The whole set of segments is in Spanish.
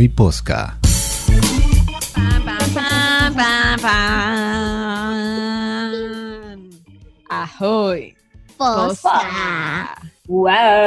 Ahoy Posca. Ahoy Posca. ¡Wow!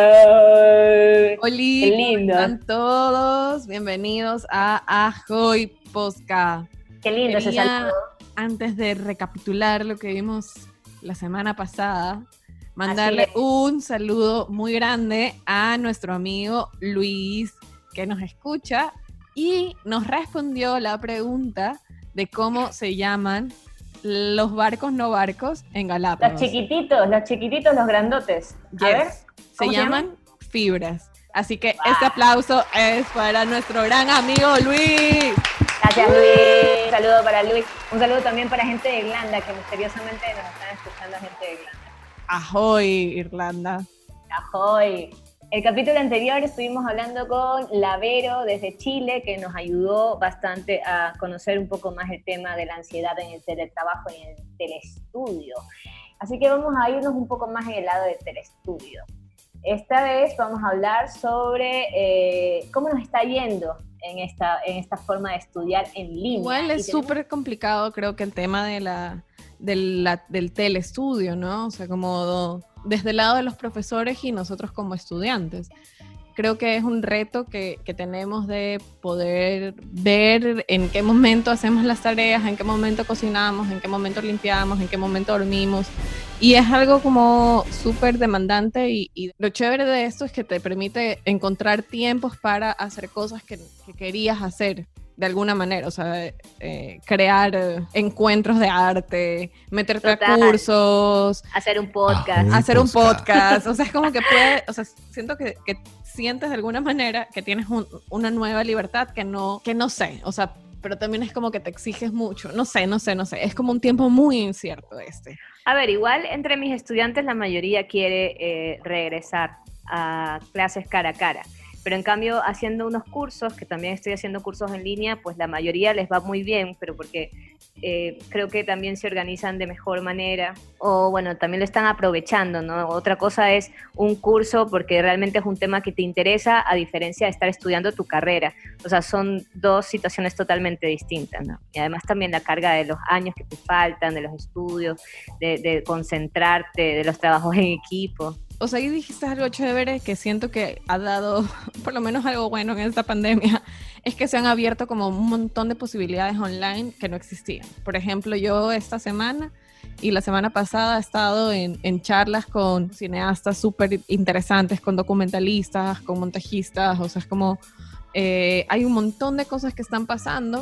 Hola, ¡Qué lindo! ¿cómo están todos? Bienvenidos a Ahoy Posca. ¡Qué lindo ese saludo! Antes de recapitular lo que vimos la semana pasada, mandarle un saludo muy grande a nuestro amigo Luis, que nos escucha y nos respondió la pregunta de cómo se llaman los barcos no barcos en Galápagos. Los chiquititos, los grandotes. A ver, se llaman fibras. Así que este aplauso es para nuestro gran amigo Luis. Gracias, Luis. Un saludo para Luis. Un saludo también para gente de Irlanda, que misteriosamente nos están escuchando gente de Irlanda. Ahoy, Irlanda. Ahoy. El capítulo anterior estuvimos hablando con Lavero desde Chile, que nos ayudó bastante a conocer un poco más el tema de la ansiedad en el teletrabajo y en el telestudio. Así que vamos a irnos un poco más en el lado del telestudio. Esta vez vamos a hablar sobre cómo nos está yendo en esta forma de estudiar en línea. Igual es súper complicado, creo que el tema del telestudio, ¿no? O sea, como desde el lado de los profesores y nosotros como estudiantes. Creo que es un reto que tenemos de poder ver en qué momento hacemos las tareas, en qué momento cocinamos, en qué momento limpiamos, en qué momento dormimos. Y es algo como súper demandante y lo chévere de esto es que te permite encontrar tiempos para hacer cosas que querías hacer de alguna manera, o sea, crear encuentros de arte, meterte a cursos, hacer un podcast. O sea, es como que siento que sientes de alguna manera que tienes una nueva libertad que no sé, o sea, pero también es como que te exiges mucho, no sé, es como un tiempo muy incierto este. A ver, igual entre mis estudiantes la mayoría quiere regresar a clases cara a cara. Pero en cambio, haciendo unos cursos, que también estoy haciendo cursos en línea, pues la mayoría les va muy bien, pero porque creo que también se organizan de mejor manera, o bueno, también lo están aprovechando, ¿no? Otra cosa es un curso porque realmente es un tema que te interesa, a diferencia de estar estudiando tu carrera. O sea, son dos situaciones totalmente distintas, ¿no? Y además también la carga de los años que te faltan, de los estudios, de concentrarte, de los trabajos en equipo. O sea, ahí dijiste algo chévere que siento que ha dado por lo menos algo bueno en esta pandemia, es que se han abierto como un montón de posibilidades online que no existían. Por ejemplo, yo esta semana y la semana pasada he estado en charlas con cineastas súper interesantes, con documentalistas, con montajistas, o sea, es como hay un montón de cosas que están pasando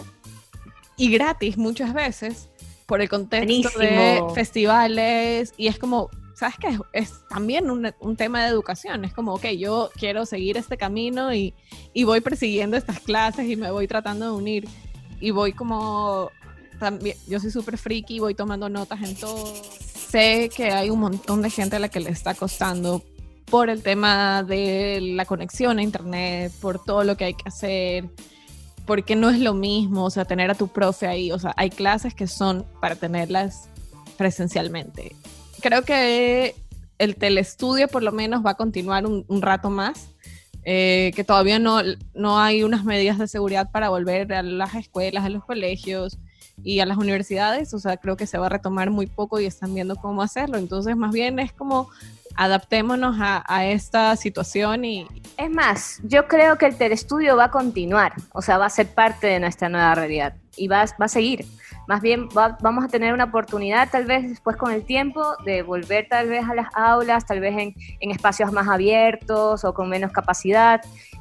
y gratis muchas veces por el contexto de festivales y es como... ¿Sabes qué? Es también un tema de educación. Es como, ok, yo quiero seguir este camino y voy persiguiendo estas clases y me voy tratando de unir. Y voy como... También, yo soy súper friki y voy tomando notas en todo. Sé que hay un montón de gente a la que le está costando por el tema de la conexión a internet, por todo lo que hay que hacer, porque no es lo mismo, o sea, tener a tu profe ahí. O sea, hay clases que son para tenerlas presencialmente. Creo que el telestudio por lo menos va a continuar un rato más, que todavía no hay unas medidas de seguridad para volver a las escuelas, a los colegios y a las universidades, o sea, creo que se va a retomar muy poco y están viendo cómo hacerlo, entonces más bien es como adaptémonos a esta situación y... Es más, yo creo que el telestudio va a continuar, o sea, va a ser parte de nuestra nueva realidad y va a seguir. Más bien vamos a tener una oportunidad tal vez después con el tiempo de volver tal vez a las aulas, tal vez en espacios más abiertos o con menos capacidad,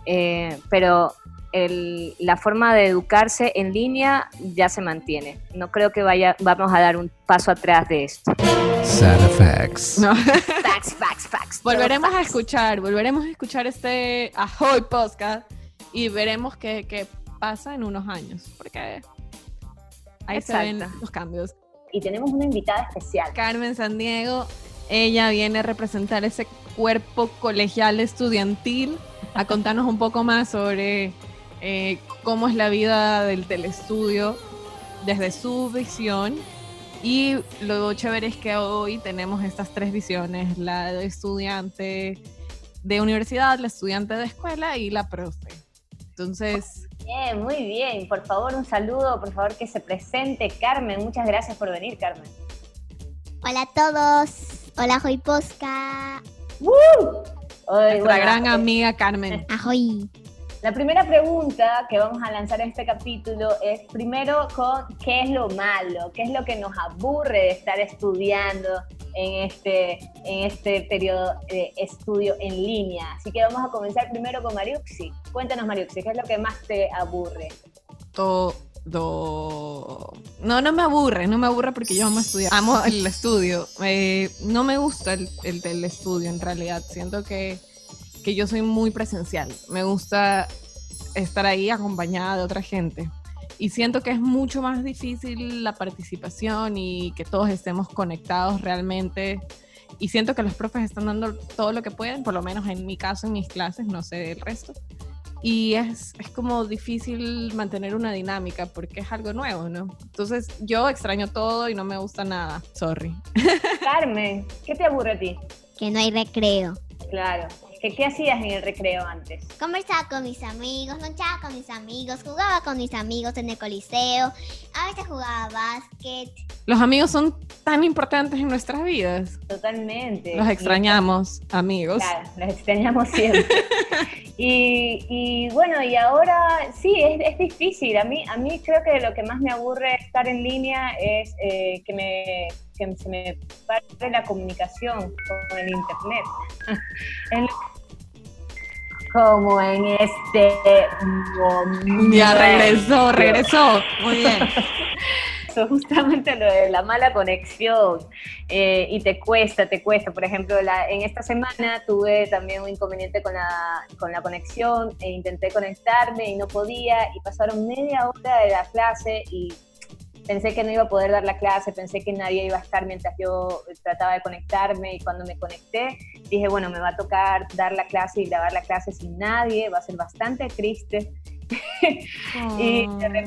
pero la forma de educarse en línea ya se mantiene. No creo que vamos a dar un paso atrás de esto. Sad facts. No. Facts. Volveremos a escuchar este Ahoy Podcast y veremos qué pasa en unos años, porque... Ahí se ven los cambios. Y tenemos una invitada especial. Carmen Sandiego, ella viene a representar ese cuerpo colegial estudiantil, a contarnos un poco más sobre cómo es la vida del telestudio desde su visión. Y lo chévere es que hoy tenemos estas tres visiones, la de estudiante de universidad, la estudiante de escuela y la profe. Entonces, Bien, muy bien. Por favor, un saludo, por favor, que se presente Carmen. Muchas gracias por venir, Carmen. Hola a todos. Hola, Joy Posca. Nuestra gran amiga Carmen. Ajoy. La primera pregunta que vamos a lanzar en este capítulo es primero con ¿qué es lo malo? ¿Qué es lo que nos aburre de estar estudiando en este periodo de estudio en línea? Así que vamos a comenzar primero con Mariuxi. Cuéntanos, Mariuxi, ¿qué es lo que más te aburre? Todo. No me aburre porque yo amo estudiar. Amo el estudio. No me gusta el estudio en realidad. Siento que yo soy muy presencial. Me gusta estar ahí acompañada de otra gente. Y siento que es mucho más difícil la participación y que todos estemos conectados realmente. Y siento que los profes están dando todo lo que pueden, por lo menos en mi caso, en mis clases, no sé del resto. Y es como difícil mantener una dinámica porque es algo nuevo, ¿no? Entonces yo extraño todo y no me gusta nada. Sorry. Carmen, ¿qué te aburre a ti? Que no hay recreo. Claro. ¿Qué hacías en el recreo antes? Conversaba con mis amigos, lonchaba con mis amigos, jugaba con mis amigos en el coliseo, a veces jugaba básquet. Los amigos son tan importantes en nuestras vidas. Totalmente. Los extrañamos, amigos. Claro, los extrañamos siempre. y bueno, y ahora sí, es difícil. A mí creo que lo que más me aburre estar en línea es que se me pare la comunicación con el internet. Como en este momento. Ya regresó. Muy bien. Eso, justamente lo de la mala conexión, y te cuesta. Por ejemplo, en esta semana tuve también un inconveniente con la conexión, e intenté conectarme y no podía, y pasaron media hora de la clase y pensé que no iba a poder dar la clase, pensé que nadie iba a estar mientras yo trataba de conectarme, y cuando me conecté dije, bueno, me va a tocar dar la clase y grabar la clase sin nadie, va a ser bastante triste. Y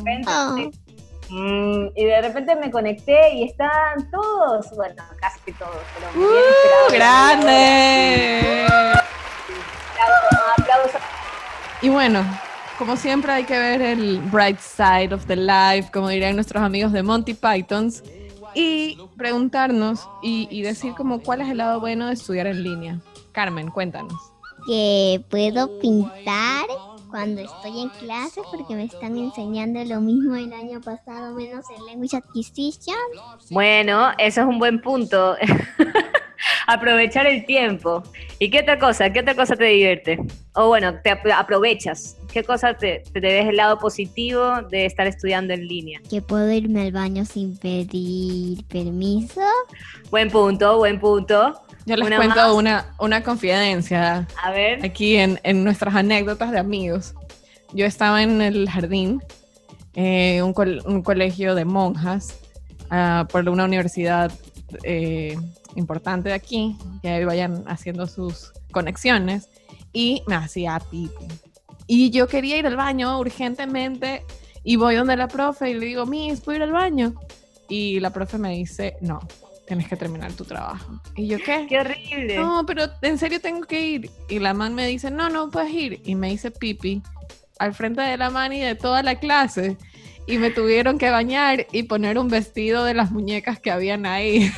de repente me conecté y están todos, bueno, casi todos, pero muy bien esperados. ¡Grande! Aplausos. Y bueno, como siempre hay que ver el bright side of the life, como dirían nuestros amigos de Monty Pythons, y preguntarnos y decir como cuál es el lado bueno de estudiar en línea. Carmen, cuéntanos. Que puedo pintar cuando estoy en clase porque me están enseñando lo mismo el año pasado, menos en Language Acquisition. Bueno, eso es un buen punto. Aprovechar el tiempo. ¿Y qué otra cosa te divierte? O bueno, te aprovechas. ¿Qué cosa te ves el lado positivo de estar estudiando en línea? Que puedo irme al baño sin pedir permiso. Buen punto. Yo les cuento una confidencia. A ver. Aquí en nuestras anécdotas de amigos. Yo estaba en el jardín, un colegio de monjas, por una universidad importante de aquí, que vayan haciendo sus conexiones, y me hacía pipi. Y yo quería ir al baño urgentemente, y voy donde la profe y le digo, Miss, ¿puedo ir al baño? Y la profe me dice, no, tienes que terminar tu trabajo. Y yo, ¿qué? ¡Qué horrible! No, pero en serio tengo que ir. Y la man me dice, no puedes ir. Y me hice pipi al frente de la man y de toda la clase. Y me tuvieron que bañar y poner un vestido de las muñecas que habían ahí.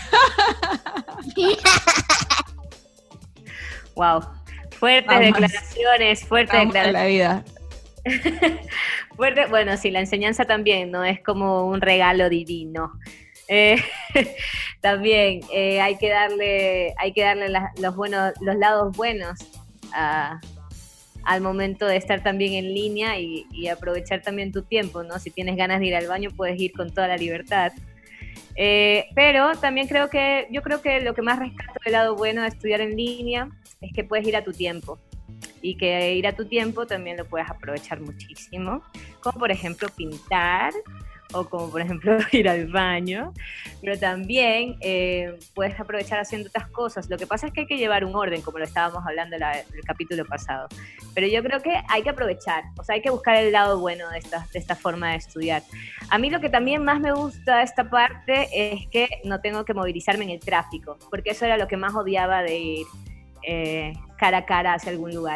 Wow. Fuertes declaraciones. En la vida. Fuerte, bueno, sí, la enseñanza también, ¿no? Es como un regalo divino. También hay que darle los lados buenos al momento de estar también en línea y aprovechar también tu tiempo, ¿no? Si tienes ganas de ir al baño, puedes ir con toda la libertad. Pero también yo creo que lo que más rescato del lado bueno de estudiar en línea es que puedes ir a tu tiempo, y que ir a tu tiempo también lo puedes aprovechar muchísimo, como por ejemplo pintar, o como por ejemplo ir al baño, pero también puedes aprovechar haciendo otras cosas. Lo que pasa es que hay que llevar un orden, como lo estábamos hablando en el capítulo pasado, pero yo creo que hay que aprovechar, o sea, hay que buscar el lado bueno de esta forma de estudiar. A mí lo que también más me gusta de esta parte es que no tengo que movilizarme en el tráfico, porque eso era lo que más odiaba de ir cara a cara hacia algún lugar.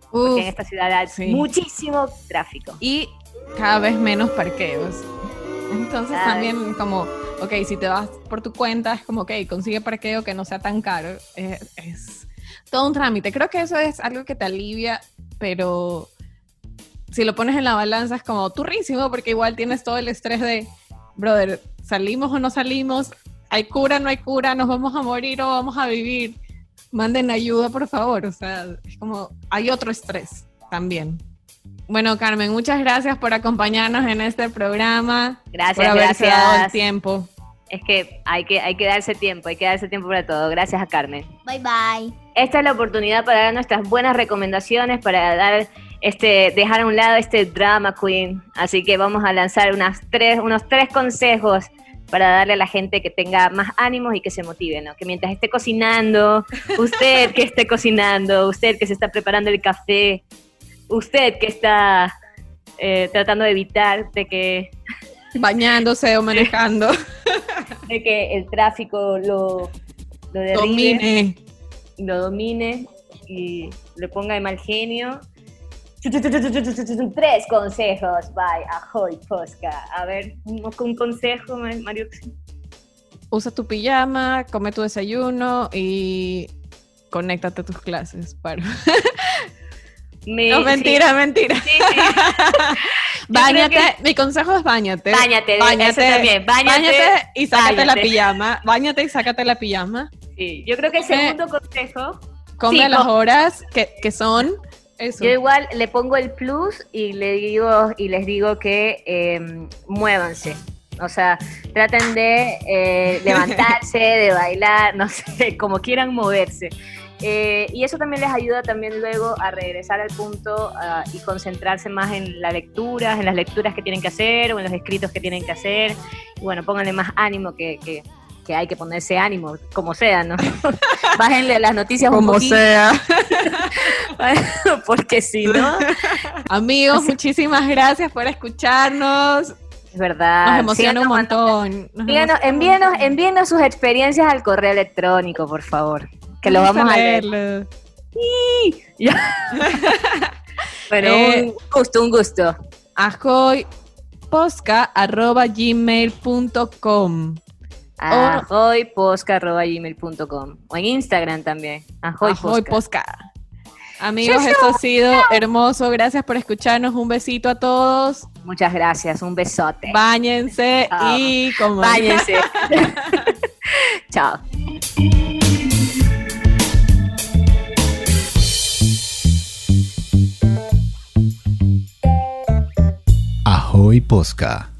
porque en esta ciudad hay sí. muchísimo tráfico. Y cada vez menos parqueos. Entonces también como, ok, si te vas por tu cuenta, es como, ok, consigue parqueo que no sea tan caro. Es todo un trámite. Creo que eso es algo que te alivia, pero si lo pones en la balanza es como turrísimo, porque igual tienes todo el estrés de, brother, ¿salimos o no salimos? ¿Hay cura, no hay cura? ¿Nos vamos a morir o vamos a vivir? Manden ayuda, por favor. O sea, es como, hay otro estrés también. Bueno, Carmen, muchas gracias por acompañarnos en este programa. Gracias, por haberse dado el gracias. tiempo. Es que hay que darse tiempo, para todo. Gracias a Carmen. Bye bye. Esta es la oportunidad para dar nuestras buenas recomendaciones, para dar dejar a un lado este drama queen. Así que vamos a lanzar unos tres consejos para darle a la gente que tenga más ánimos y que se motive, ¿no? Que mientras esté cocinando, usted que esté cocinando, usted que se está preparando el café, usted que está tratando de evitar de que Bañándose o manejando. de que el tráfico lo derribe, lo domine y le ponga de mal genio. 3 consejos, bye, Ahoy Posca. A ver, un consejo, Mario. Usa tu pijama, come tu desayuno y conéctate a tus clases. No, mentira. Sí. Báñate, mi consejo es báñate. Báñate, eso también. Báñate y sácate la pijama. Báñate y sácate la pijama. Sí, yo creo que el segundo consejo... Come a las horas que son eso. Yo igual le pongo el plus y les digo que muévanse. O sea, traten de levantarse, de bailar, no sé, como quieran moverse. Y eso también les ayuda también luego a regresar al punto y concentrarse más en las lecturas que tienen que hacer o en los escritos que tienen que hacer. Y bueno, pónganle más ánimo que hay que ponerse ánimo, como sea, ¿no? Bájenle las noticias como un poquito. sea. Porque si no... Amigos, muchísimas gracias por escucharnos. Es verdad. Nos emociona un montón. Envíenos sus experiencias al correo electrónico, por favor. Que lo vamos a leer. Bueno, un gusto. ahoyposca@gmail.com ahoyposca@gmail.com o en Instagram también. ahoyposca. Amigos, esto ha sido hermoso. Gracias por escucharnos. Un besito a todos. Muchas gracias. Un besote. Báñense y coman. Báñense. Chao. Ahoy Posca.